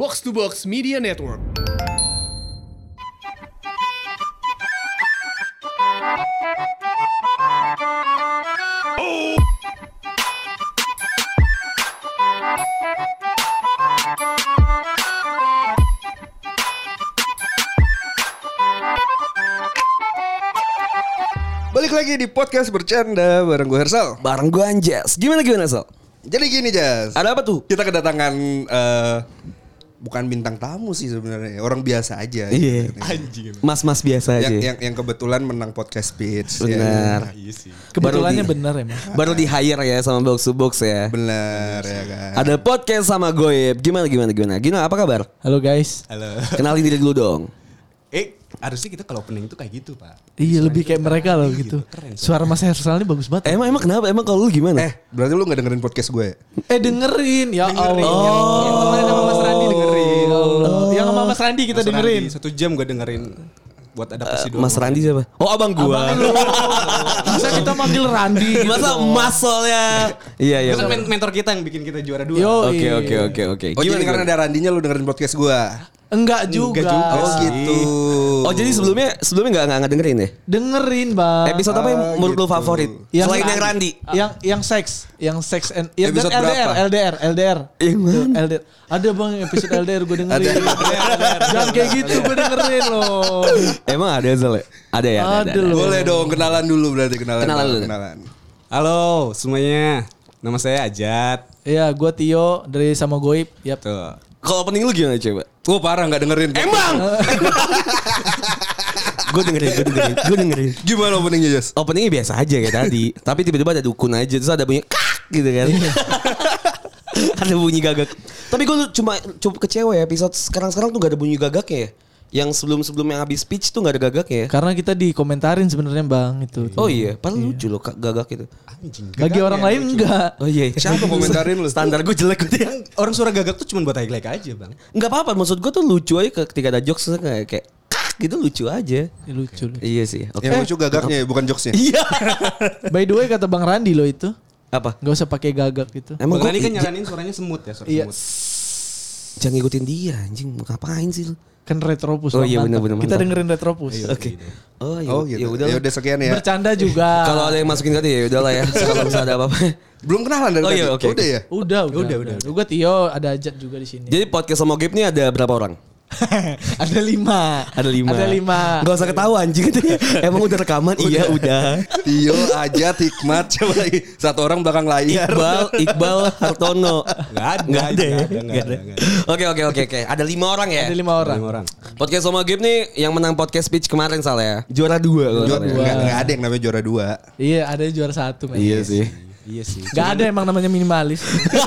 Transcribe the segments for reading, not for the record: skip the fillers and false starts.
Box to Box Media Network. Balik lagi di podcast bercanda bareng gue Hersal. Bareng gue Anjas. Gimana Sal? Jadi gini Jas, Ada apa tuh? kita kedatangan bukan bintang tamu sih sebenarnya, orang biasa aja. Iya. Gitu. Mas-mas biasa aja. Yang kebetulan menang podcast pitch. Benar. Ya. Iya sih. Kebetulannya benar emang. Baru di hire ya sama Box to Box ya. Benar ya kan. Ada podcast sama Goib. Gimana? Gina, apa kabar? Halo guys. Halo. Kenalin diri dulu dong. Harusnya kita kalau opening itu kayak gitu, Pak. Iya lebih kayak mereka loh gitu. Keren. Suara Mas Hersal ini bagus banget. Emang kenapa? Emang kalau lu gimana? Berarti lu gak dengerin podcast gue? Dengerin ya Allah. Yang kemarin sama Mas Randi dengerin. Yang sama Mas Randi kita Mas dengerin. Randi, 1 jam gue dengerin buat adaptasi doang. Mas Randi siapa? Oh, abang gua. Bisa kita manggil Randi. Masa Mas soalnya? Iya. Itu kan mentor kita yang bikin kita juara 2. Yo. Oke. Oh jadi karena ada Randinya lu dengerin podcast gue? Enggak juga. Oh gitu. Oh jadi sebelumnya nggak dengerin ya? Dengerin, Bang. Episode apa yang menurut lu gitu. favorit? Yang Selain Randi. yang Randi. Yang seks and ya, Episode dan berapa? LDR. Yang mana? LDR. Ada Bang episode LDR gue dengerin. Jangan kayak gitu gue dengerin loh. Emang ada Zal? Ada ya? Ada loh. Boleh dong kenalan dulu berarti Kenalan dulu. Halo semuanya. Nama saya Ajat. Iya, gue Tio dari Sama Goib. Yap. Tuh. Kalau opening lu gimana coba? Gue parah gak dengerin. Emang? Gue dengerin. Gimana openingnya Jas? Openingnya biasa aja kayak tadi. Tapi tiba-tiba ada dukun aja. Terus ada bunyi kak gitu kan. Ada bunyi gagak. Tapi gue cuma kecewa ya. Episode sekarang tuh gak ada bunyi gagaknya ya. Yang sebelum yang habis speech tuh gak ada gagaknya ya. Karena kita dikomentarin sebenarnya Bang itu. Oh iya. Padahal lucu loh gagak itu. Bagi orang lain enggak. Oh iya. Siapa komentarin lu? Standar gue jelek gitu ya. Orang suara gagak tuh cuma buat highlight aja, Bang. Gak apa-apa. Maksud gue tuh lucu aja ketika ada jokes kayak kak gitu lucu aja. Ya, lucu. Iya sih. Oke. Yang lucu gagaknya ya, bukan jokesnya. Iya. By the way kata Bang Randi loh itu. Apa? Gak usah pakai gagak gitu. Emang Bang gue Rani kan nyaranin suaranya semut ya, suara Iya. semut. jangan ngikutin dia anjing. Ngapain sih lu? Kan Retropus. Oh Bang, iya, mantap. bener, Kita mantap. dengerin Retropus. Oke. Oh Oh gitu. Ya udah. Ya udah sekian ya. Bercanda juga. Kalau ada yang masukin tadi ya udahlah ya. Kalau misalnya ada apa-apa. Belum kenalan dari Oh tadi. iya, oke, Udah oke. ya? Udah. Gue Tio, ada Ajat juga di sini. Jadi podcast sama Gabe nih ada berapa orang? Ada 5. Ada 5. Ada 5. Gak usah ketawa anjing. Emang udah rekaman? Iya udah. Tio, Ajat, Hikmat, coba lagi. Satu orang belakang layar. Iqbal Hartono. Nggak ada. Oke. Ada 5 orang ya? Ada 5 orang. 5 orang. Podcast sama Gabe nih yang menang podcast speech kemarin salah ya. Juara 2. Enggak ada yang namanya juara 2. Iya, ada juara 1. Iya sih. Iya sih. Gak ada emang namanya minimalis.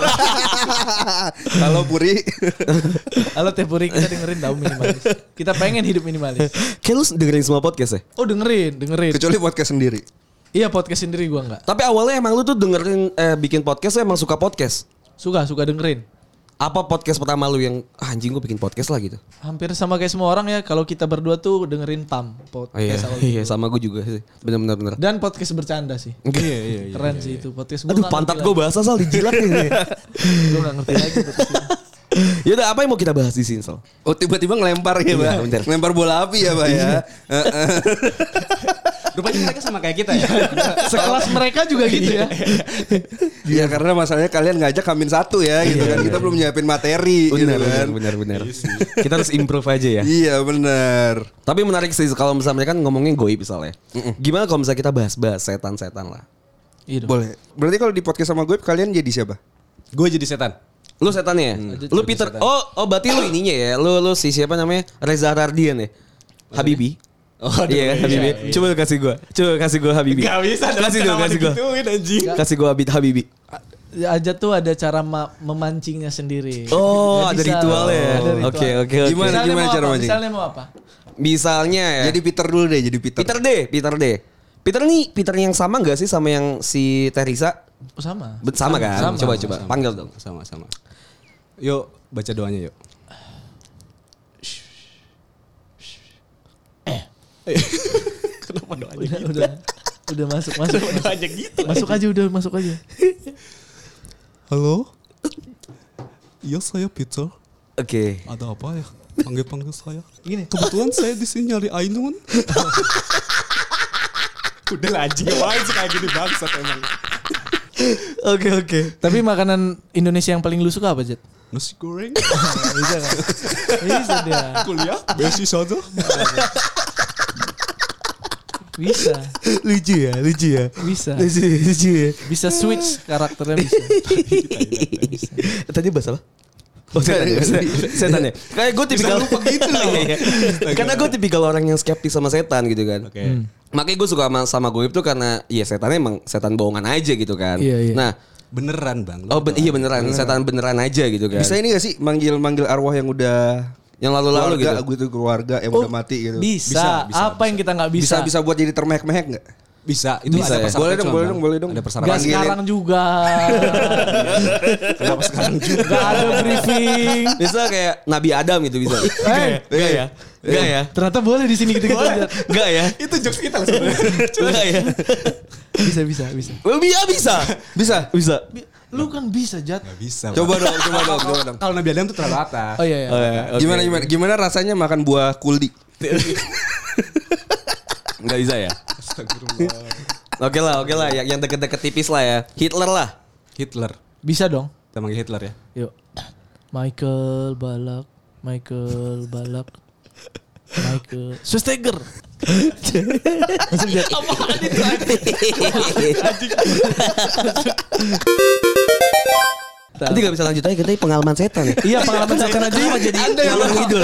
Kalau Puri Halo Teh Puri, kita dengerin tahu minimalis. Kita pengen hidup minimalis. Kayak lu dengerin semua podcast ya? Oh dengerin. kecuali podcast sendiri. Iya podcast sendiri gua enggak. Tapi awalnya emang lu tuh dengerin bikin podcast lu emang suka podcast? Suka dengerin. Apa podcast pertama lu yang anjing gue bikin podcast lah gitu? Hampir sama kayak semua orang ya. Kalau kita berdua tuh dengerin PAM Oh iya, podcast awal. iya sama gue juga sih. Bener. Dan podcast bercanda sih. Iya. Keren sih itu podcast. Aduh pantat gue basah Sal dijilat nih. Gue gak ngerti lagi podcast ini. Yaudah apa yang mau kita bahas di sini Sal? Oh tiba-tiba ngelempar ya, Pak. bener. Ngelempar bola api ya, Pak ya. Rupanya mereka sama kayak kita ya. Sekelas mereka juga gitu ya. Ya karena masalahnya kalian ngajak Hamin 1 ya gitu kan. Kita belum nyiapin materi gitu kan. Bener. Kita harus improve aja ya. Iya benar. Tapi menarik sih kalau misalnya kan ngomongin goib misalnya. Gimana kalau misalnya kita bahas setan-setan lah? Iya dong. Boleh. Berarti kalau di podcast sama gue kalian jadi siapa? Gue jadi setan. Lu setannya ya? Lu Peter. Oh berarti lu ininya ya. Lu si siapa namanya? Reza Rardian ya? Habibi. Oh, iya kan Habibi. Coba lu kasih gue Habibi. Gak bisa. Kasih gue. Kasih gue Habibi. Aja tuh ada cara memancingnya sendiri. Oh, Nggak ada bisa. ritualnya. Ada ritual. Oke. Gimana cara mancing? Misalnya mau apa? Misalnya ya. Jadi Peter dulu deh, jadi Peter. Peter nih Peter yang sama gak sih sama yang si Teresa? Oh, sama. Sama kan? Coba panggil dong. Sama. Yuk baca doanya yuk. Kenapa doanya gitu? Udah masuk. Doanya gitu. Masuk aja. Halo? Iya saya Peter. Oke. Ada apa ya? Panggil saya. Gini, kebetulan saya di sini nyari Ainun. Udah lah anjing, ngapain sih kayak gini bangsat emang. Oke. Tapi makanan Indonesia yang paling lu suka apa, Jet? Nasi goreng. Bisa kan? Bisa dia. Kuliah, beasiswa saja. Bisa. Lucu ya. Bisa. Lucu ya. Bisa switch karakternya bisa. Tadi bahasa apa? Oh, setan ya. Kayak gue tipikal lupa gitu loh. Karena gue tipikal orang yang skeptis sama setan gitu kan. Oke. Makanya gue suka sama Goib tuh karena ya setannya emang setan bohongan aja gitu kan. Iya. Nah, Beneran bang. iya beneran. Setan beneran aja gitu kan. Bisa ini gak sih manggil arwah yang udah yang lalu-lalu gitu. Keluarga yang udah mati gitu. Bisa. Apa yang kita nggak bisa? Bisa buat jadi termehek-mehek gak? Bisa. Itu Bisa ada ya? persyaratan. Boleh dong. Ada Gak persyaratan. sekarang juga. Kenapa sekarang juga? Gak ada briefing. Bisa kayak Nabi Adam gitu bisa. Enggak ya? Enggak ya? Ternyata boleh di sini gitu. Enggak ya? Itu jokes kita loh sebenarnya. Enggak ya? Bisa. Lu kan bisa, Jat. Gak bisa. Coba dong. Kalau Nabi Adam tuh terlalu atas. Oh iya. Okay. Gimana rasanya makan buah kuldi? Enggak bisa ya? Astagfirullah. Oke lah, yang deket-deket tipis lah ya. Hitler lah. Hitler. Bisa dong. Kita manggil Hitler ya. Yuk. Michael Balak. Schwarzenegger. Apaan itu? Nanti gak bisa lanjut aja kita pengalaman setan ya. Iya, pengalaman setan aja Kenapa jadi ngalor ngidul?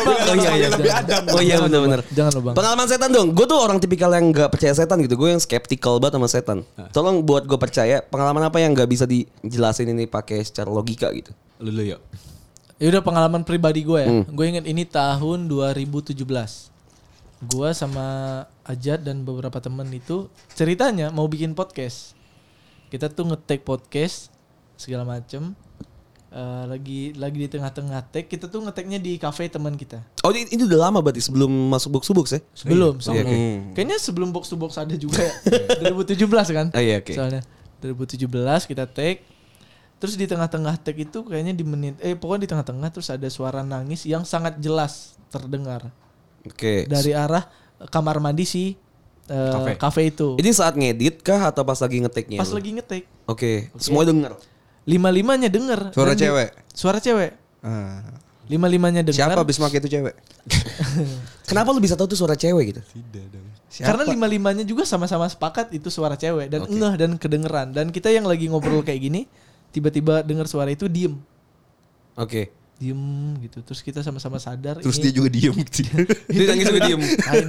Oh iya benar. Jangan lo, Bang. Pengalaman setan dong. Gue tuh orang tipikal yang gak percaya setan gitu. Gue yang skeptical banget sama setan. Tolong buat gue percaya pengalaman apa yang gak bisa dijelasin ini pakai secara logika gitu. Lu yuk. Ya udah, pengalaman pribadi gue ya. Gue ingat ini tahun 2017. Gue sama Ajat dan beberapa temen itu ceritanya mau bikin podcast. Kita tuh nge-take podcast segala macem. Lagi di tengah-tengah take, kita tuh nge-take-nya di cafe teman kita. Oh ini udah lama berarti sebelum masuk box-to-box ya? Sebelum. Iya, Kayaknya sebelum box to box ada juga ya. 2017 kan? Oh iya, oke. Soalnya 2017 kita take. Terus di tengah-tengah take itu kayaknya pokoknya di tengah-tengah terus ada suara nangis yang sangat jelas terdengar. Oke. Dari arah kamar mandi si cafe itu. Ini saat ngedit kah atau pas lagi ngetek-nya? Pas lagi nge-take. Oke. Semua denger. 5-5-nya denger. Suara cewek? Suara cewek. 5-5-nya denger. Siapa abis make itu cewek? Kenapa lu bisa tahu tuh suara cewek gitu? Tidak dong. Karena 5-5-nya juga sama-sama sepakat itu suara cewek. Dan ngeh dan kedengeran. Dan kita yang lagi ngobrol kayak gini, tiba-tiba dengar suara itu diem. Oke. Diem gitu. Terus kita sama-sama sadar. Terus dia juga diem gitu. Dia nangis juga diem.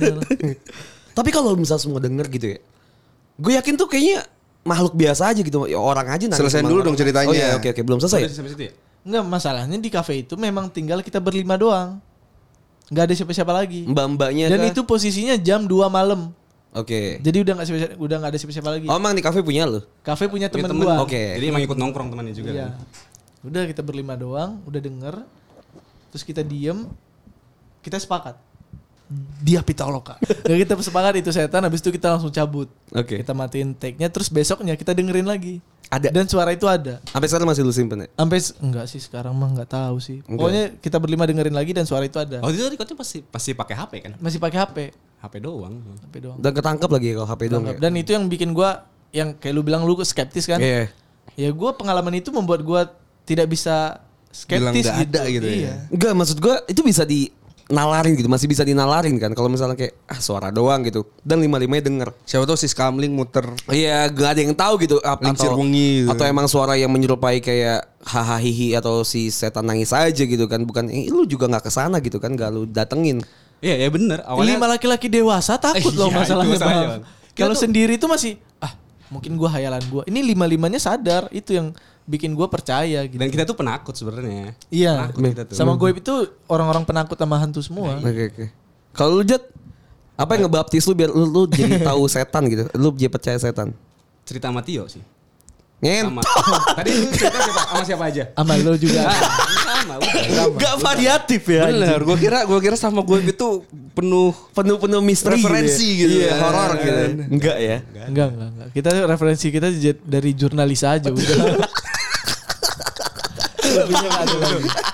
Tapi kalau misal semua denger gitu ya, gue yakin tuh kayaknya makhluk biasa aja gitu. Ya, orang aja nangis. Selesain dulu dong ceritanya. Oh iya, oke. Belum selesai ya? Sampai situ ya? Enggak, masalahnya di cafe itu memang tinggal kita berlima doang. Enggak ada siapa-siapa lagi. Mbak-mbaknya Dan kah? itu posisinya jam 2 malam. Oke. Jadi udah enggak ada siapa-siapa lagi. Oh emang di kafe punya lu? Cafe punya temen Temen. gua. Oke. Jadi emang ikut nongkrong temannya juga. Iya. Kan? Udah kita berlima doang, udah denger. Terus kita diem. Kita sepakat. Dia pitaloka. Dan kita sepakat itu setan, habis itu kita langsung cabut. Oke. Kita matiin take-nya, terus besoknya kita dengerin lagi. Ada. Dan suara itu ada. Sampai sekarang masih lu simpen ya? Sampai enggak sih, sekarang mah enggak tahu sih. Enggak. Pokoknya kita berlima dengerin lagi dan suara itu ada. Oh itu tadi katanya pasti pakai HP kan? Masih pakai HP. HP doang. HP doang. Dan ketangkep lagi kalau HP dong ya? Dan itu yang bikin gua, yang kayak lu bilang lu skeptis kan? Iya. Ya gua pengalaman itu membuat gua tidak bisa skeptis Bilang nggak ada gitu ya? Iya. Enggak, maksud gue itu bisa dinalarin gitu, masih bisa dinalarin kan. Kalau misalnya kayak suara doang gitu dan 5-5-nya denger. Siapa tahu si Skamling muter Iya, gak ada yang tahu gitu Lincir wengi gitu. atau emang suara yang menyerupai kayak hahaha hihi atau si setan nangis aja gitu kan. Bukan lu juga gak kesana gitu kan, gak lu datengin. Iya ya bener. Awalnya Lima laki-laki dewasa takut loh Iya, masalahnya. itu masalahnya, Bang. Bang. Kalau Kita tuh- sendiri tuh masih mungkin gua hayalan gua. Ini 5-5-nya sadar, itu yang bikin gua percaya gitu. dan kita tuh penakut sebenarnya. Iya. Penakut kita tuh. Sama Goib itu orang-orang penakut sama hantu semua. Oke. Kalau lu Jat, apa yang ngebaptis lu biar lu jadi tahu setan gitu? Lu jadi percaya setan? Cerita sama Tio sih. Ngen. Sama. Tadi lu cerita sama siapa aja? Sama lo juga. Sama udah. Gak variatif ya. Bener, gue kira sama gue itu penuh Penuh misteri referensi gitu, Iya, horor gitu. Enggak ya. Enggak. Kita referensi kita dari jurnalis aja udah. Lebihnya nggak ada lagi.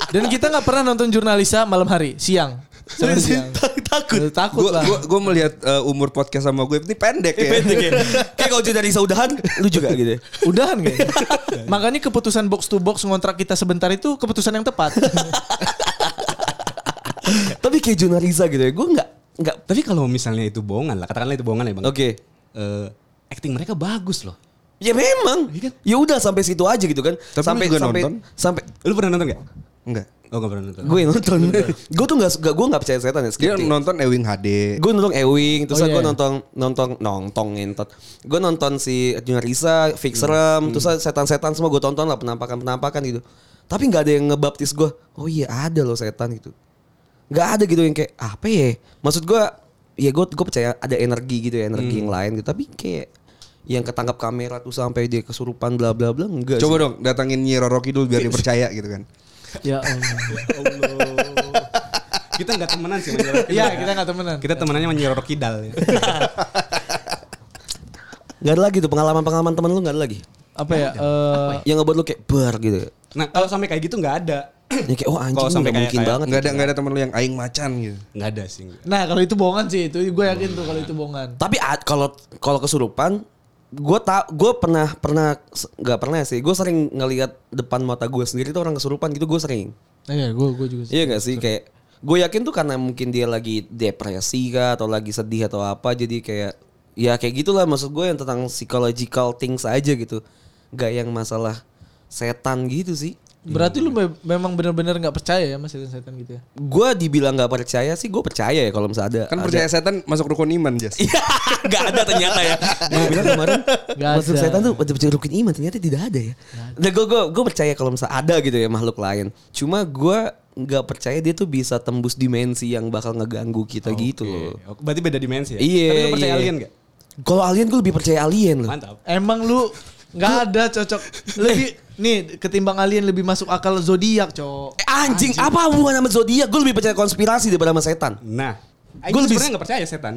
Dan kita nggak pernah nonton Jurnalisa malam hari, siang. Siang. Takut lah. Gue melihat umur podcast sama gue ini pendek ya. Pendek ya. Kayak kalau Jurnalisa udahan, lu juga gitu. Udahan kayaknya. Makanya keputusan box to box ngontrak kita sebentar itu keputusan yang tepat. Tapi kayak Jurnalisa gitu ya, gue nggak. Tapi kalau misalnya itu bohongan lah, katakanlah itu bohongan ya bang. Oke. Acting mereka bagus loh. Ya memang. Ya udah sampai situ aja gitu kan. Tapi sampai lu juga nonton? Lu pernah nonton gak? Enggak. Oh gak pernah nonton. Gue nonton. Gue tuh nggak percaya setan ya. Dia nonton Ewing HD. Gue nonton Ewing, terus Oh, gue iya. nonton ngentot. Gue nonton si Jurnalisa, Fixerem, terus setan-setan semua gue tonton lah penampakan gitu. Tapi nggak ada yang ngebaptis gue. Oh iya ada loh setan gitu. Nggak ada gitu yang kayak apa ya? Maksud gue, ya gue percaya ada energi gitu ya, energi yang lain gitu. Tapi kayak yang ketangkap kamera tuh sampai dia kesurupan bla bla bla enggak. Coba sih. dong datangin Nyi Roro Kidul biar dia percaya gitu kan. Ya Allah. Kita gak temenan sih. Iya Iya, kita nggak temenan. Kita temenannya sama Nyi Roro Kidal. Gak ada lagi tuh pengalaman temen lu gak ada lagi. Apa ya? Yang ngebuat lu kayak gitu. Nah kalau sampai kayak gitu gak ada. Ya kayak Kalau anjing sampai gak kayak- mungkin banget. Enggak ada temen lu yang aing macan gitu. Gak ada sih. Nah kalau itu bohongan sih, itu gue yakin tuh kalau itu bohongan. Tapi kalau kesurupan, gue pernah nggak pernah sih. Gue sering ngelihat depan mata gue sendiri tuh orang kesurupan gitu. Gue sering. Iya, gue juga sih. Iya nggak sih kayak gue yakin tuh karena mungkin dia lagi depresi kah atau lagi sedih atau apa. Jadi kayak ya kayak gitulah maksud gue yang tentang psychological things aja gitu. Gak yang masalah setan gitu sih. Berarti lu memang benar-benar nggak percaya ya mas setan gitu ya? Gue dibilang nggak percaya sih, gue percaya ya kalau misalnya ada. Kan percaya setan masuk rukun iman, Jas. Iya, nggak ada ternyata ya. Gue bilang kemarin Nggak masuk ada. setan tuh percaya rukun iman, ternyata tidak ada ya. Nah, gue percaya kalau misalnya ada gitu ya makhluk lain. Cuma gue nggak percaya dia tuh bisa tembus dimensi yang bakal ngeganggu kita gitu loh. Berarti beda dimensi ya? Iya, Tapi lu percaya iya. alien gak? Kalau alien gue lebih percaya alien loh. Mantap. Emang lu nggak ada cocok lebih nih ketimbang alien lebih masuk akal zodiak cok. Anjing, apa hubungan sama zodiak? Gue lebih percaya konspirasi daripada sama setan. Nah, Gua gue lebih- sebenarnya gak percaya setan.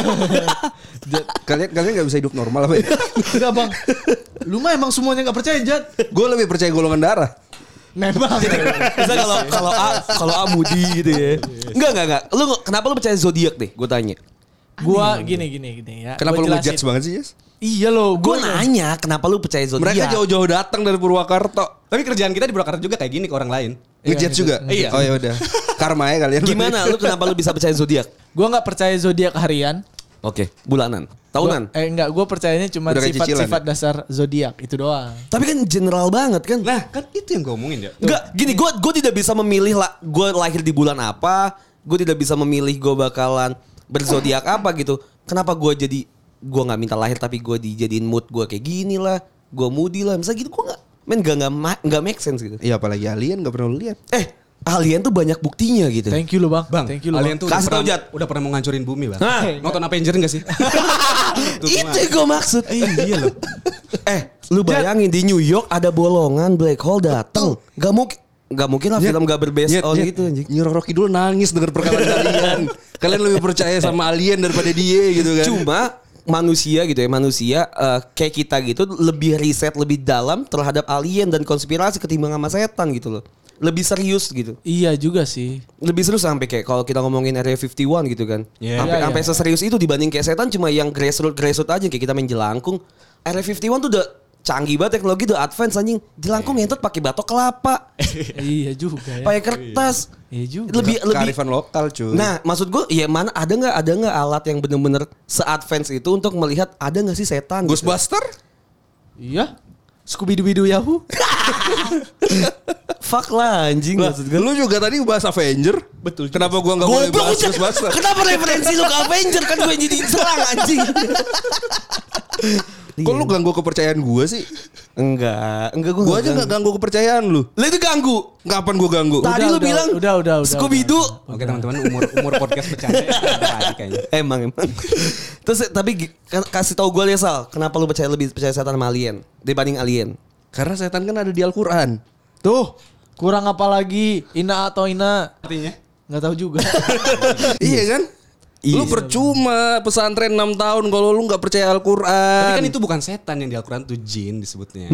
Kalian nggak bisa hidup normal apa ya? Enggak bang, lu mah emang semuanya nggak percaya Jad. Gue lebih percaya golongan darah. Memang. Bisa kalau A Mudi gitu ya. Enggak. Lu kenapa lu percaya zodiak deh? Gue tanya. Gua gini ya. Kenapa Gua lu jelasin. ngejudge banget sih, Jas? Iya loh, Gue nanya kenapa lu percaya zodiak? Mereka jauh-jauh datang dari Purwakarta. Tapi kerjaan kita di Purwakarta juga kayak gini ke orang lain. Ngejudge juga? Iya. Oh ya udah. Karma ya kalian. Gimana? Lu kenapa lu bisa percaya zodiak? Gua nggak percaya zodiak harian. Oke, bulanan, tahunan. Enggak, gue percayanya cuma Udah kayak cicilan sifat-sifat dasar zodiak itu doang. Tapi kan general banget kan? Nah, kan itu yang gue omongin ya. Enggak, gini gue tidak bisa memilih lah gue lahir di bulan apa, gue tidak bisa memilih gue bakalan berzodiak apa gitu. Kenapa gue nggak minta lahir tapi gue dijadiin mood gue kayak gini lah, gue moody lah, misalnya gitu gue nggak make sense gitu. Iya apalagi alien gak pernah lu lihat. Alien tuh banyak buktinya gitu. Thank you lo bang. Bang, Thank you lo alien bang. tuh Kasih tau, Jad. udah pernah mau ngancurin bumi bang. Hah? Nonton Avenger gak sih? Itu yang gue maksud. Iya loh. Lu bayangin di New York ada bolongan black hole datang, nggak mungkin lah film gak berbased on gitu anjing. Nyi Roro Kidul nangis denger perkataan kalian. Kalian lebih percaya sama alien daripada dia gitu kan. Cuma manusia gitu ya, kayak kita gitu lebih riset lebih dalam terhadap alien dan konspirasi ketimbang sama setan gitu loh. Lebih serius gitu. Iya juga sih. Lebih serius sampai kayak kalau kita ngomongin Area 51 gitu kan. Yeah. Sampai seserius itu dibanding kayak setan cuma yang grassroots aja kayak kita main jelangkung. Area 51 tuh udah canggih banget teknologi, udah advance anjing. Jelangkung ngentot pakai batok kelapa, Iya juga ya. pakai kertas. Iya juga. Lebih Kearifan lokal cuy. Nah, maksud gue ya mana ada nggak alat yang bener-bener se-advance itu untuk melihat ada nggak sih setan gitu. Ghostbuster? Iya. Scooby-Doo Yahoo. Fuck lah anjing Lah, maksud gue. lu juga tadi bahas Avenger. Betul. Kenapa gua nggak boleh bahas Ucap. Ghostbuster? Kenapa referensi lu ke Avenger kan gue jadi serang anjing. Kok lu ganggu kepercayaan gua sih? Enggak gue Gua aja nggak ganggu kepercayaan lu. Lu itu ganggu. Kapan gua ganggu? Tadi lu bilang udah. Scooby-Doo. Oke teman-teman, umur podcast bercanda ya, kayaknya. Emang. Terus tapi kasih tahu gue deh Sal, kenapa lu lebih percaya setan sama alien dibanding alien? Karena setan kan ada di Al-Quran. Tuh, kurang apa lagi? Ina atau Ina? Artinya? Nggak tahu juga. Iya kan? Iya. Lu percuma pesantren 6 tahun kalau lu nggak percaya Tapi Al-Quran. kan itu bukan setan yang di Al-Quran tuh jin disebutnya.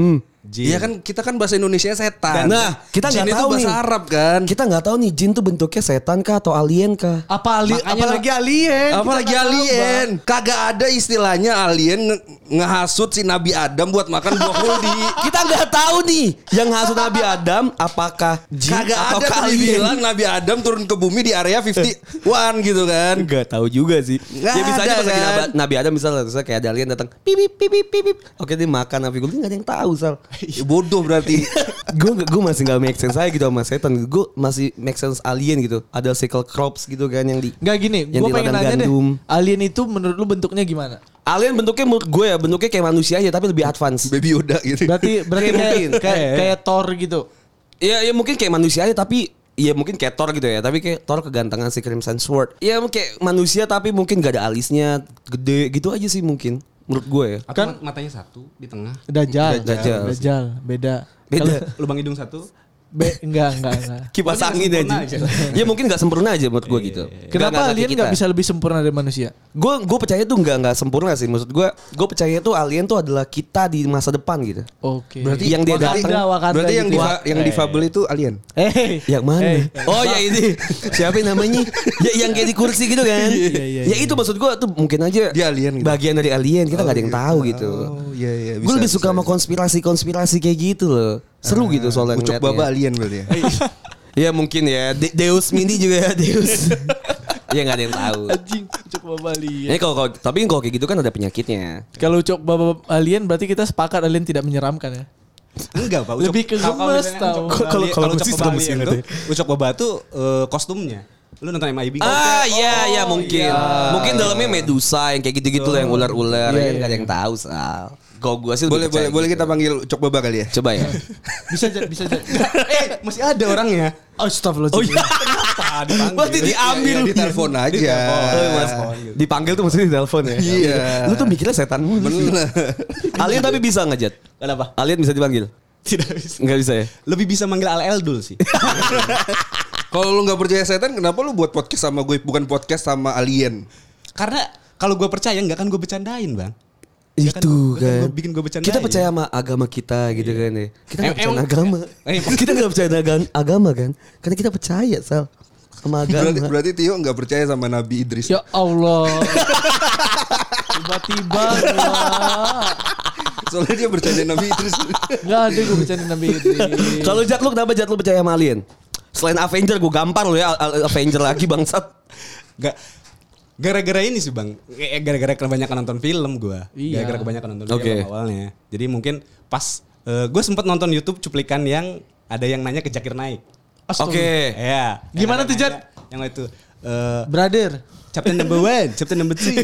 Jin. Iya kan kita kan bahasa Indonesia setan. Nah, kita Jin nggak itu tahu bahasa nih. Arab kan. Kita nggak tahu nih jin tuh bentuknya setan kah atau alien kah? Apalagi alien. Apalagi Kita nggak tahu, alien. Bang. Kagak ada istilahnya alien ngehasut si Nabi Adam buat makan buah kuldi. Kita nggak tahu nih yang hasut Nabi Adam apakah jin Kagak atau ada tuh alien. dibilang Nabi Adam turun ke bumi di area 51 gitu kan. Nggak tahu juga sih. Nggak Ya bisa aja ada, pas lagi kan? Nabi Adam misalnya kayak ada alien datang pipip pipip pipip. Oke dia makan Nabi Guldi nggak ada yang tahu Sal. Ya, bodoh berarti. Gue masih nggak make sense aja gitu sama setan. Gue masih make sense alien gitu. Ada cycle crops gitu kan yang di. Nggak gini, Yang gue di pengen ladang nanya gandum. deh. Alien itu menurut lu bentuknya gimana? Alien bentuknya menurut gue ya bentuknya kayak manusia aja tapi lebih advance. Baby Yoda gitu. Berarti Mungkin. kayak Thor gitu. Ya mungkin kayak manusia aja tapi ya mungkin kayak Thor gitu ya. Tapi kayak Thor kegantengan si Crimson Sword. Ya kayak manusia tapi mungkin gak ada alisnya gede gitu aja sih mungkin. Menurut gue ya. Atau Kan- matanya satu di tengah. Dajjal. Dajjal. Beda. Beda. Lubang hidung satu. Enggak. Kipas Pokoknya angin sempurna aja. aja. Ya mungkin gak sempurna aja menurut gue gitu. Kenapa alien nggak bisa lebih sempurna dari manusia? Gue percaya tuh nggak sempurna sih. Maksud gue percaya tuh alien tuh adalah kita di masa depan gitu. Oke. Berarti yang dia datang. Wakanda Berarti yang gitu. yang difabel itu alien. Yang mana? Oh ya ini siapa yang namanya? Ya yang kayak di kursi gitu kan? Iya. Ya itu maksud gue tuh mungkin aja Dia alien gitu. bagian dari alien kita nggak ada yang tahu gitu. Oh iya. Gue lebih suka sama konspirasi kayak gitu loh. Seru gitu soalnya Ucok ngeliatnya. baba alien berarti ya. Ya mungkin ya Deus Mini juga ya Deus. Ya nggak ada yang tahu. Anjing, Ucok Baba alien. Tapi kalau kayak gitu kan ada penyakitnya. Kalau Ucok Baba alien berarti kita sepakat alien tidak menyeramkan ya. Enggak, Pak. Lebih ke gemes tau. Kalau Ucok sih Baba gemes alien banget tuh, Ucok Baba tuh kostumnya. Lu nonton MIB? Iya mungkin. Mungkin dalamnya Medusa yang kayak gitu-gitu lah yang ular-ular Iya, kan nggak ada yang tahu Sal. Kalau gue sih lebih percaya Boleh gitu. kita panggil Ucok baba kali ya. Coba ya. Bisa jadi. Masih ada orangnya. Astagfirullahaladzim. Oh iya. Berarti diambil. Di telepon aja. Oh, Mas. Dipanggil tuh maksudnya di telepon ya. Iya. Lu tuh mikirnya setan mulu. sih. Bener. Alien tapi bisa nggak Jat? Kenapa? Alien bisa dipanggil? Tidak bisa. Nggak bisa ya? Lebih bisa manggil Al Eldul sih. Kalau lu nggak percaya setan, kenapa lu buat podcast sama gue bukan podcast sama alien? Karena kalau gue percaya nggak akan gue bercandain, Bang. Itu kan. Bikin gue bercandain. Kita percaya sama agama kita gitu kan ya. Kita nggak percaya Emang- agama. Kita nggak percaya agama kan. Karena kita percaya Sal. Sama agama. Berarti Tio nggak percaya sama Nabi Idris. Ya Allah. Tiba-tiba gua. Soalnya dia bercanda Nabi Idris. Gak ada gue bercanda Nabi Idris. Kalau Jat lu kenapa Jat lu percaya sama alien? Selain Avenger gue gampar lu ya Avenger lagi bangsat. Gak. Gara-gara ini sih Bang. Gara-gara kebanyakan nonton film gue. Iya. Gara-gara kebanyakan nonton Oke. film awalnya. Jadi mungkin pas gue sempat nonton YouTube cuplikan yang ada yang nanya ke Zakir Naik. Oke. Iya. Gimana tuh, Jat? Yang itu. Brother. Chapter number 1, chapter number 3.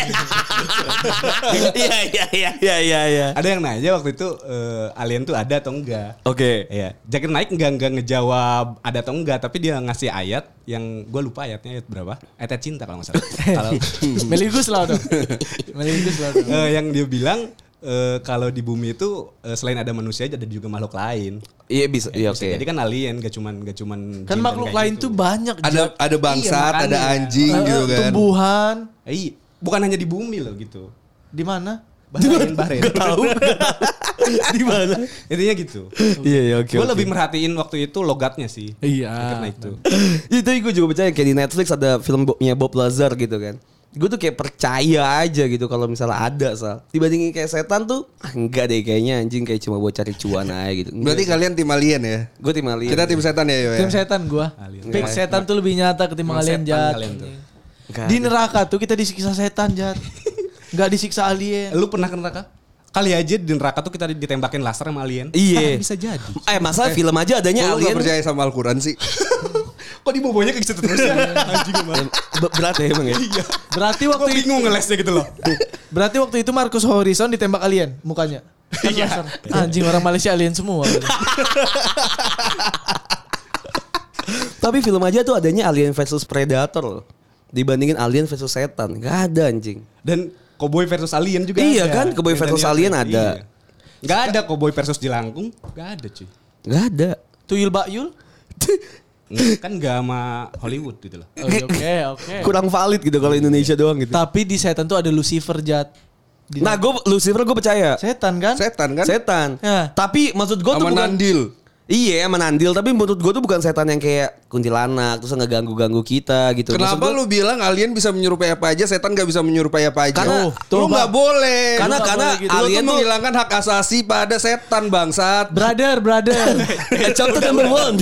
Iya. Ada yang nanya waktu itu alien tuh ada atau enggak. Oke. Iya, Zakir Naik enggak ngejawab ada atau enggak, tapi dia ngasih ayat yang gue lupa ayatnya ayat berapa? Ayat cinta kalau nggak salah. Kalau Meligus lah dong. yang dia bilang kalau di bumi itu selain ada manusia ada juga makhluk lain. Iya bisa. Iya oke. Jadi kan alien gak cuman Kan jin dan makhluk kayak lain gitu. tuh banyak. Ada bangsat, Iya, ada makanya. anjing gitu kan. Tumbuhan. Bukan hanya di bumi loh gitu. Di mana? Bahrain. Tahu. Di mana? Intinya gitu. Iya oke. Gue lebih merhatiin waktu itu logatnya sih. Iya. Karena itu. Itu gue juga percaya kayak di Netflix ada filmnya Bob Lazar gitu kan. Gue tuh kayak percaya aja gitu kalau misalnya ada Sal. Dibandingin kayak setan tuh enggak deh kayaknya anjing kayak cuma buat cari cuan aja gitu. Berarti kalian tim alien ya? Gue tim alien. Kita tim setan ya, Yo ya? Tim setan gua. Alien. Fix setan tuh lebih nyata ketimbang alien Setan Jat. kalian tuh. Enggak Di ada. neraka tuh kita disiksa setan Jat. Gak disiksa alien. Lu pernah ke neraka? Kali aja di neraka tuh kita ditembakin laser sama alien. Iya. Bisa jadi. Masalah film aja adanya Kok lu alien. gak percaya sama Al-Quran sih? Kok dibobonya ke situ terus ya? Anjing emang. Berat ya emang ya. Iya. Berarti Gue waktu itu bingung ngelesnya gitu loh. berarti waktu itu Marcus Horizon ditembak alien mukanya. Kan laser. Anjing orang Malaysia alien semua. Tapi film aja tuh adanya Alien versus Predator loh. Dibandingin Alien versus setan. Gak ada anjing. Dan Cowboy versus Alien juga Iya ada. kan, Cowboy versus Alien ada. Iya. Gak ada Cowboy versus Jelangkung. Gak ada cuy. Gak ada. Tuyul Bakyul? Kan gak sama Hollywood gitu loh. Oke. Kurang valid gitu kalau Indonesia doang gitu. Tapi di setan tuh ada Lucifer Jat. Nah, Lucifer gue percaya. Setan kan? Setan kan? Setan. Ya. Tapi maksud gue tuh Sama bukan Nandil. Iya, menandil, tapi menurut gue tuh bukan setan yang kayak kuntilanak terus ngeganggu-ganggu kita gitu. Kenapa lu bilang alien bisa menyerupai apa aja, setan gak bisa menyerupai apa aja? Karena- lu nggak boleh. Karena Lu nggak boleh gitu. alien Lu tuh tuh- menghilangkan hak asasi pada setan bangsat. Brother. chapter number 1.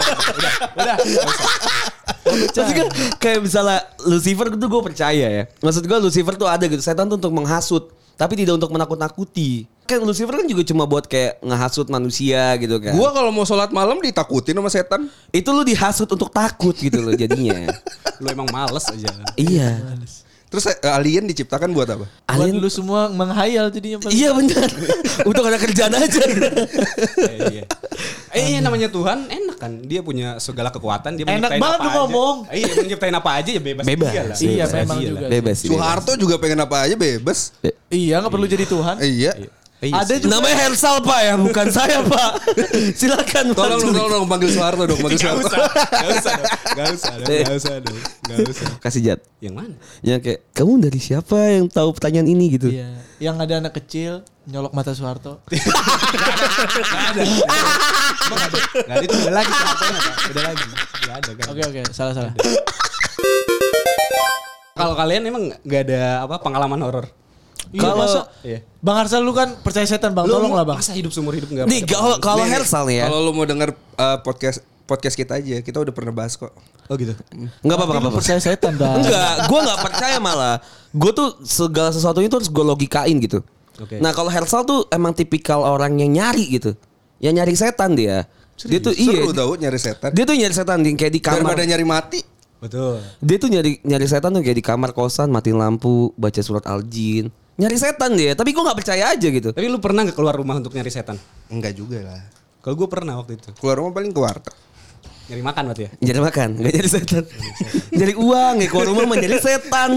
Tapi kan kayak misalnya Lucifer itu gue percaya ya. Maksud gue Lucifer tuh ada gitu. Setan tuh untuk menghasut, tapi tidak untuk menakut-nakuti. Kan Lucifer kan juga cuma buat kayak ngehasut manusia gitu kan. Gua kalau mau sholat malam ditakutin sama setan. Itu lu dihasut untuk takut gitu loh jadinya. Lu emang males aja. Iya. Terus alien diciptakan buat apa? Buat Alien lu semua menghayal jadinya. Iya benar. Untuk ada kerjaan aja. Iya. Iya namanya Tuhan enak kan. Dia punya segala kekuatan. Dia Enak menciptain banget apa lu aja. ngomong. Iya menciptain apa aja ya bebas. Bebas. Dia lah. Iya, Bebas memang dia juga. lah. Bebas sih. Soeharto juga pengen apa aja bebas. Iya, nggak perlu jadi Tuhan. Iya. Iya Ada sih. juga. Namanya Hersal Pak ya, bukan saya Pak. Silakan Pak. Tolong panggil Soeharto dong, panggil Gak Soeharto. usah dong. Gak usah. Kasih Jat. Yang mana? Yang kayak kamu dari siapa yang tahu pertanyaan ini gitu. Iya. Yang ada anak kecil nyolok mata Soeharto. Gak ada itu udah lagi. Udah lagi. Gak ada kan. Oke, salah. Kalau kalian emang gak ada apa pengalaman horor? Iya, Kalau- masa? Iya. Bang Arsal lu kan percaya setan, Bang. Tolong lah, Bang. Masa hidup seumur hidup gak Nih kalau Hersal nih ya. Kalau lu mau denger podcast kita aja, kita udah pernah bahas kok. Oh gitu. Enggak apa-apa. Percaya setan, Bang. Enggak, gue nggak percaya malah. Gue tuh segala sesuatunya tuh harus gue logikain gitu. Oke. Nah kalau Hersal tuh emang tipikal orang yang nyari gitu. Yang nyari setan dia. Dia tuh Seru iya. tau nyari setan. Dia tuh nyari setan kayak di kamar. Daripada nyari mati. Betul. Dia tuh nyari setan tuh kayak di kamar kosan, matiin lampu, baca surat Al-Jin. Nyari setan dia, tapi gue nggak percaya aja gitu. Tapi lu pernah gak keluar rumah untuk nyari setan? Enggak juga lah. Kalau gue pernah waktu itu. Keluar rumah paling ke warteg. Nyari makan berarti ya? Nyari makan, nggak nyari setan. Nyari uang, ya keluar rumah mah nyari setan.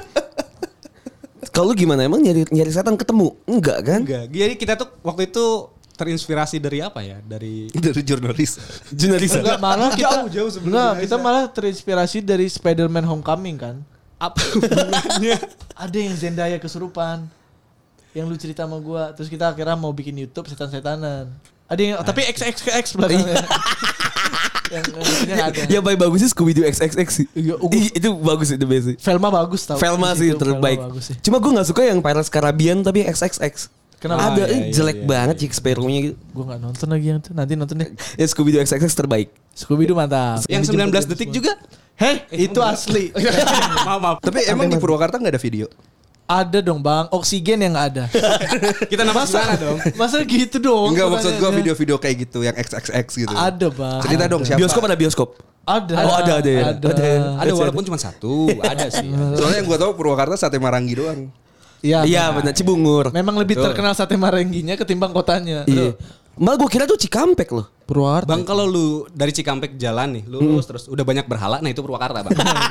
Kalau lu gimana emang nyari setan ketemu? Enggak kan? Enggak. Jadi kita tuh waktu itu terinspirasi dari apa ya? Dari Dari jurnalis. Jurnalis. Enggak, malah kita Jauh sebelum Enggak, jurnalis. kita malah terinspirasi dari Spider-Man Homecoming kan. apa hubungannya? Ada yang Zendaya kesurupan. Yang lu cerita sama gua, terus kita akhirnya mau bikin YouTube setan-setanan. Ada yang tapi XXX belakangnya. yang ada. Yang paling bagus sih Scooby Doo XXX sih. Iya, Itu bagus itu best sih. Velma bagus tau. Velma sih Itu terbaik. Velma bagus sih. Cuma gue nggak suka yang Pirates Caribbean tapi XXX. Kenapa? Ada iya, jelek iya, banget Jack Sparrow-nya gitu. Gua nggak nonton lagi yang itu. Nanti nonton deh. Ya Scooby Doo XXX terbaik. Scooby Doo mantap. Yang 19 detik juga? Heh, itu asli. Maaf. Tapi emang di Purwakarta nggak ada video? Ada dong, Bang. Oksigen yang nggak ada. Kita nafas gimana dong? Masa gitu dong? Enggak, maksud gua pertanyaannya? video-video kayak gitu yang XXX gitu. Ada, Bang. Cerita dong siapa? Bioskop ada bioskop. Ada. Oh, ada ya. Ada walaupun cuma satu, ada sih. Soalnya yang gua tahu Purwakarta sate Maranggi doang. Iya benar Cibungur. Memang lebih Betul. terkenal sate marengginya ketimbang kotanya. Iya. Malah gue kira tuh Cikampek loh. Purwakarta. Bang kalau lu dari Cikampek jalan nih, lu lurus terus udah banyak berhala, nah itu Purwakarta, Bang.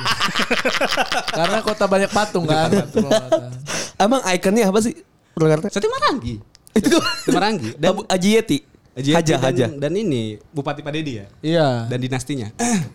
Karena kota banyak patung kan. Purwakarta. Emang ikonnya apa sih Purwakarta? Sate Maranggi. Itu Sate Maranggi dan Haji Yeti. Haja. dan ini Bupati Pak Dedi ya. Iya. Dan dinastinya.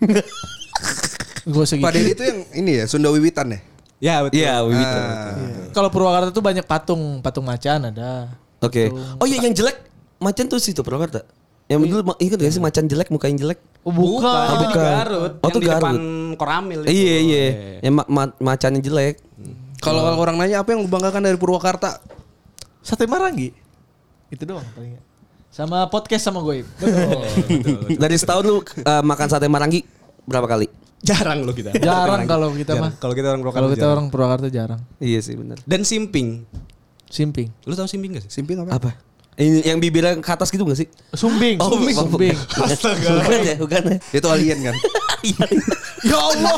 Gue segitu. Pak Dedi itu yang ini ya, Sunda Wiwitan ya? Ya betul. Iya, Wiwit. Kalau Purwakarta tuh banyak patung macan ada. Oke. Oh iya yang jelek macan tuh situ Purwakarta. Yang dulu ingat gak sih macan jelek muka yang jelek? Oh, bukan. Itu di bukan. Garut. Oh, yang tuh di depan Garut. Koramil itu. Iya. Yang macan yang jelek. Kalau orang nanya apa yang lu banggakan dari Purwakarta? Sate Maranggi. Itu doang paling. Sama podcast sama gue. Dari setahun lu makan sate Maranggi berapa kali? Jarang lo kita. Jarang kalau kita Jarang. mah. Kalau kita orang Purwakarta. Kalau kita jarang. orang Purwakarta jarang. Iya sih benar. Dan simping. Simping. Lu tahu simping gak sih? Simping apa? Apa? Yang bibirnya ke atas gitu gak sih? Sumbing. Oh, Sumbing. Bukan ya, bukan ya. Itu alien kan? Ya Allah,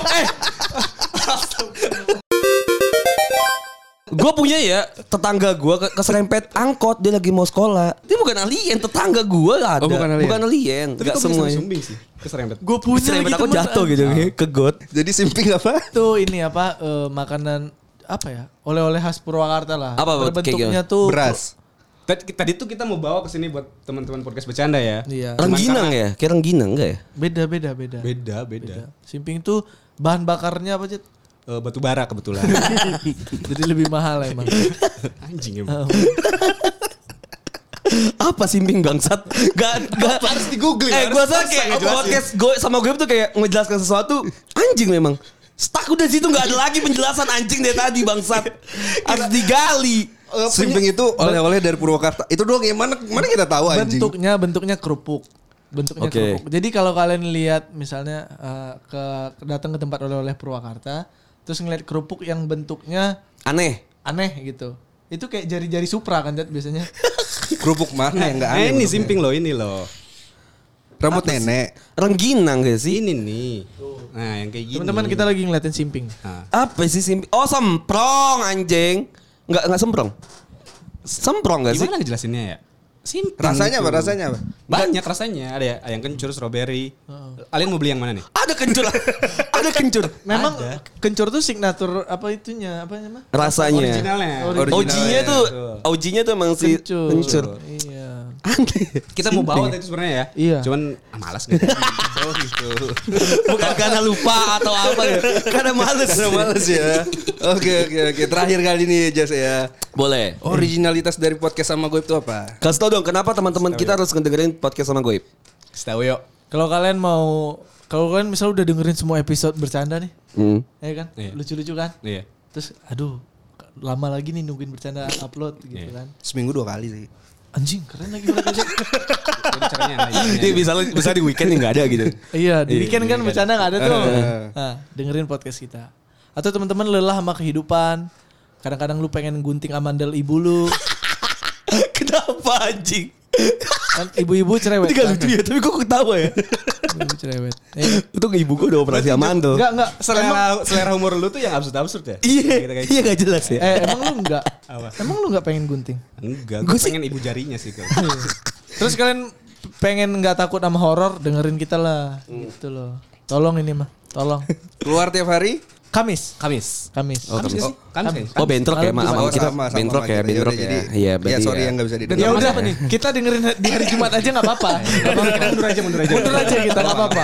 Gue punya ya tetangga gue keserempet angkot dia lagi mau sekolah. Dia bukan alien, tetangga gue ada. Oh, bukan alien. Bukan alien. Tapi Gak kok semua. bisa sumbing sih? Keserempet. Gue punya Keserempet lagi aku temen. jatuh gitu ke got. Jadi simping apa? Tuh ini apa makanan apa ya? Oleh-oleh khas Purwakarta lah. Apa, kayak Bentuknya gimana? tuh Beras. Tadi tuh kita mau bawa ke sini buat teman-teman podcast bercanda ya. Iya. Rengginang ya? Kayak rengginang enggak ya? Beda. Beda. Simping tuh bahan bakarnya apa, Jet? batu bara kebetulan. Jadi lebih mahal emang. Anjing emang. Apa simping bangsat? Gak Harus di-googling. Gue rasa kayak podcast gue sama gue tuh kayak menjelaskan sesuatu anjing memang. Stuck udah situ nggak ada lagi penjelasan anjing dari tadi bangsat. Harus digali. Simping itu oleh-oleh dari Purwakarta. Itu doang ya mana kita tahu anjing. Bentuknya kerupuk. Kerupuk. Jadi kalau kalian lihat misalnya datang ke tempat oleh-oleh Purwakarta, terus ngeliat kerupuk yang bentuknya Aneh gitu. Itu kayak jari-jari Supra kan Jat, biasanya. Kerupuk mana yang enggak aneh? Ini simping loh, ini loh. Rambut nenek. Rengginang gak sih? Ini nih. Nah, yang kayak gini. Teman-teman kita lagi ngeliatin simping. Nah. Apa sih simping? Oh semprong anjing. Enggak semprong. Semprong gak sih? Gimana ngejelasinnya ya? Simping. Rasanya itu. apa? Banyak rasanya. Ada ayam kencur, strawberry. Kalian mau beli yang mana nih? Ada kencur. Ada kencur. Memang kencur tuh signature apa itunya? Apa namanya? Rasanya. Originalnya. OG-nya tuh emang si kencur. Iya. Aneh. Kita mau bawa tadi sebenarnya ya. Iya. Cuman malas gitu. Oh gitu. Bukan karena lupa atau apa ya. Karena males. Males ya. Oke. Terakhir kali nih Jas ya. Boleh. Originalitas dari podcast sama gue itu apa? Kasih tau dong kenapa teman-teman kita harus ngedengerin podcast sama Goib. Setahu yuk. Kalau kalian misal udah dengerin semua episode bercanda nih, ya kan, Iya. lucu-lucu kan, Iya. terus aduh lama lagi nih nungguin bercanda upload gitu kan, Seminggu 2 kali sih. anjing keren lagi mereka aja. Jadi caranya. Ini bisa di weekend nggak ada gitu. Iya di weekend kan bercanda nggak ada tuh. Nah, dengerin podcast kita. Atau teman-teman lelah sama kehidupan, kadang-kadang lu pengen gunting amandel ibu lu. Kenapa anjing? Kan ibu-ibu cerewet. Ini gak kan? lucu ya, tapi kok ketawa ya? Ibu cerewet. Untung ibu gue udah operasi amandel. Enggak. Selera humor lu tuh yang absurd ya? Iya gak jelas ya. Emang lu enggak? Emang lu enggak pengen gunting? Enggak, gue pengen ibu jarinya sih. Terus kalian pengen nggak takut sama horor, dengerin kita lah. Gitu loh. Tolong ini mah, tolong. Keluar tiap hari? Kamis. Oh, Kamis. Oh bentrok ya, Malam sama Jumat. kita Sama bentrok ya, kita. bentrok Jadi, ya. Iya, berarti sorry ya. yang gak bisa Ya didengar. udah kita dengerin di hari Jumat aja nggak apa-apa. Kita mundur aja. Mundur aja kita nggak apa-apa.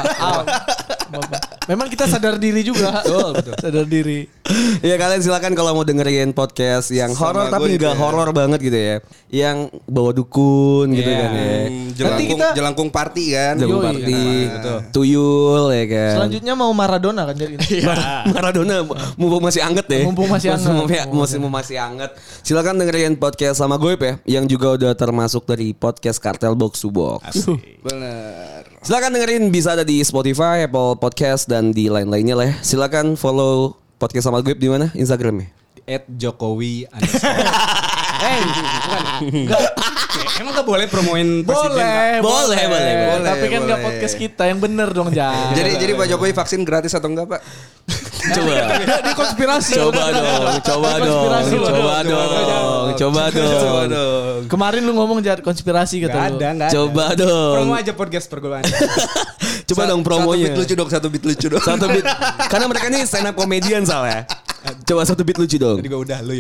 Memang kita sadar diri juga. Betul. Sadar diri. Ya kalian silakan kalau mau dengerin podcast yang Sama horor tapi gue nggak itu ya. horor banget gitu ya. Yang bawa dukun gitu Iya. kan ya. Nanti kita- Jelangkung party kan. Jago Yoi. party, Betul. tuyul ya kan. Selanjutnya mau Maradona kan jadi. Maradona mumpung masih anget ya. Mumpung masih anget. Masih anget. Silakan dengerin podcast sama Goib ya, yang juga udah termasuk dari podcast Kartel Box to Box. Bener. Silakan dengerin, bisa ada di Spotify, Apple Podcast dan di lain-lainnya lah ya. Silakan follow podcast sama Goib di mana? Instagramnya. @jokowi_. Emang gak boleh promoin presiden? Pak? Boleh. Tapi kan nggak boleh. podcast kita yang bener dong Jan. Jadi Pak Jokowi vaksin gratis atau enggak Pak? Coba. Ini konspirasi. Coba dong. Kemarin lu ngomong Jan konspirasi Gak kata lu. ada. Coba dong. Promo aja podcast pergolahan. Coba dong promonya. Satu beat lucu dong. Satu beat. Karena mereka ini stand up comedian soalnya. Coba satu beat lucu dong. Tadi gue udah lu ya.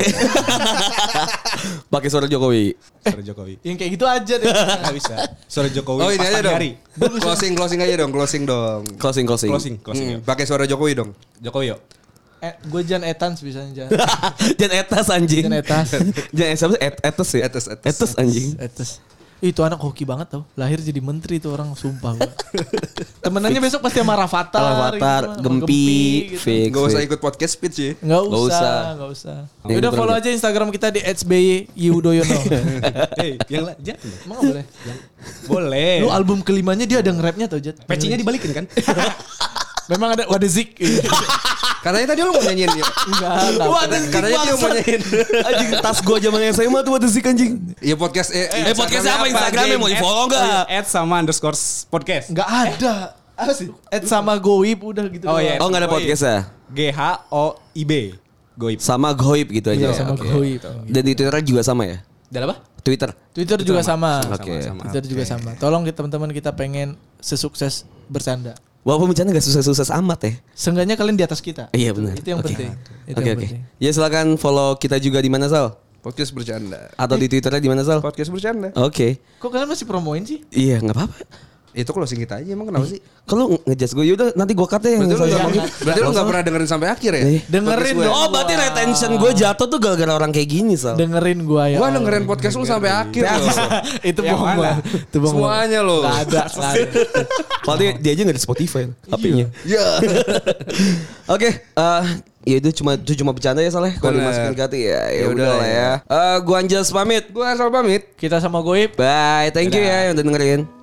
Pakai suara Jokowi. Suara Jokowi. Yang kayak gitu aja deh. Gak bisa. Suara Jokowi. Oh ini pas aja pagi dong. hari. Closing aja dong, closing dong. Closing. Closing. Pakai suara Jokowi dong. Jokowi yuk. Gue Jan Etans bisanya Jan. Jan Etas anjing. Jan Etas. Jan siapa sih? Etas ya? Etas. Etas anjing. Etas. Itu anak hoki banget tau. Lahir jadi menteri tuh orang sumpah gua. Temenannya besok pasti sama Rafathar. Avatar, gitu, sama Gempi, gitu. fix. Gak usah ikut podcast speech ya. Nggak Nggak usah. usah. Yang Udah itu follow kan- aja Instagram kita di @sbyudoyono. Yang jangan. Emang nggak boleh? Boleh. Lu album kelimanya dia ada nge-rapnya tau Jat. Pecinya dibalikin kan? Memang ada Zik. Katanya tadi lu mau nyanyiin dia. Enggak. Katanya dia mau nyanyiin. Anjing tas gua zaman SMA tuh ada Zik anjing. Iya podcast. Podcastnya apa Instagramnya mau di follow nggak? @sama_podcast. Enggak ada. Apa sih? Sama Goib udah gitu. Oh, doang. iya. Oh nggak ada podcast ya? GHOIB. Goib. Sama Goib gitu aja. Iya, sama Oke. Goib. Dan di Twitter juga sama ya? Dan apa? Twitter. Twitter juga sama. Oke. Twitter juga sama. Tolong teman-teman kita pengen sesukses bercanda. Walaupun bercanda gak susah-susah amat ya. Seenggaknya kalian di atas kita. Iya benar. Itu yang Oke. penting. Itu Oke yang oke. penting. Ya silakan follow kita juga di mana Sal? Podcast bercanda. Atau di Twitternya di mana Sal? Podcast bercanda. Oke. Kok kalian masih promoin sih? Iya nggak apa-apa. Itu closing kita aja emang kenapa sih? Kalau ngejudge gue yaudah nanti gue cut ya. Berarti lu gak pernah dengerin sampai akhir ya? Dengerin dong. Oh berarti retention gue jatuh tuh gara-gara orang kayak gini Sal. Dengerin gue ya. Gua dengerin podcast lu sampai akhir loh. Itu bohong lah. Itu bohong. Semuanya loh. Gak ada. Padahal dia aja gak di Spotify HP-nya. Iya. Oke, ya itu cuma bercanda ya Saleh. Kalau dimasukin ke hati ya udah lah ya. Gua Anjas pamit. Gua asal pamit. Kita sama Goib. Bye, thank you ya yang udah dengerin.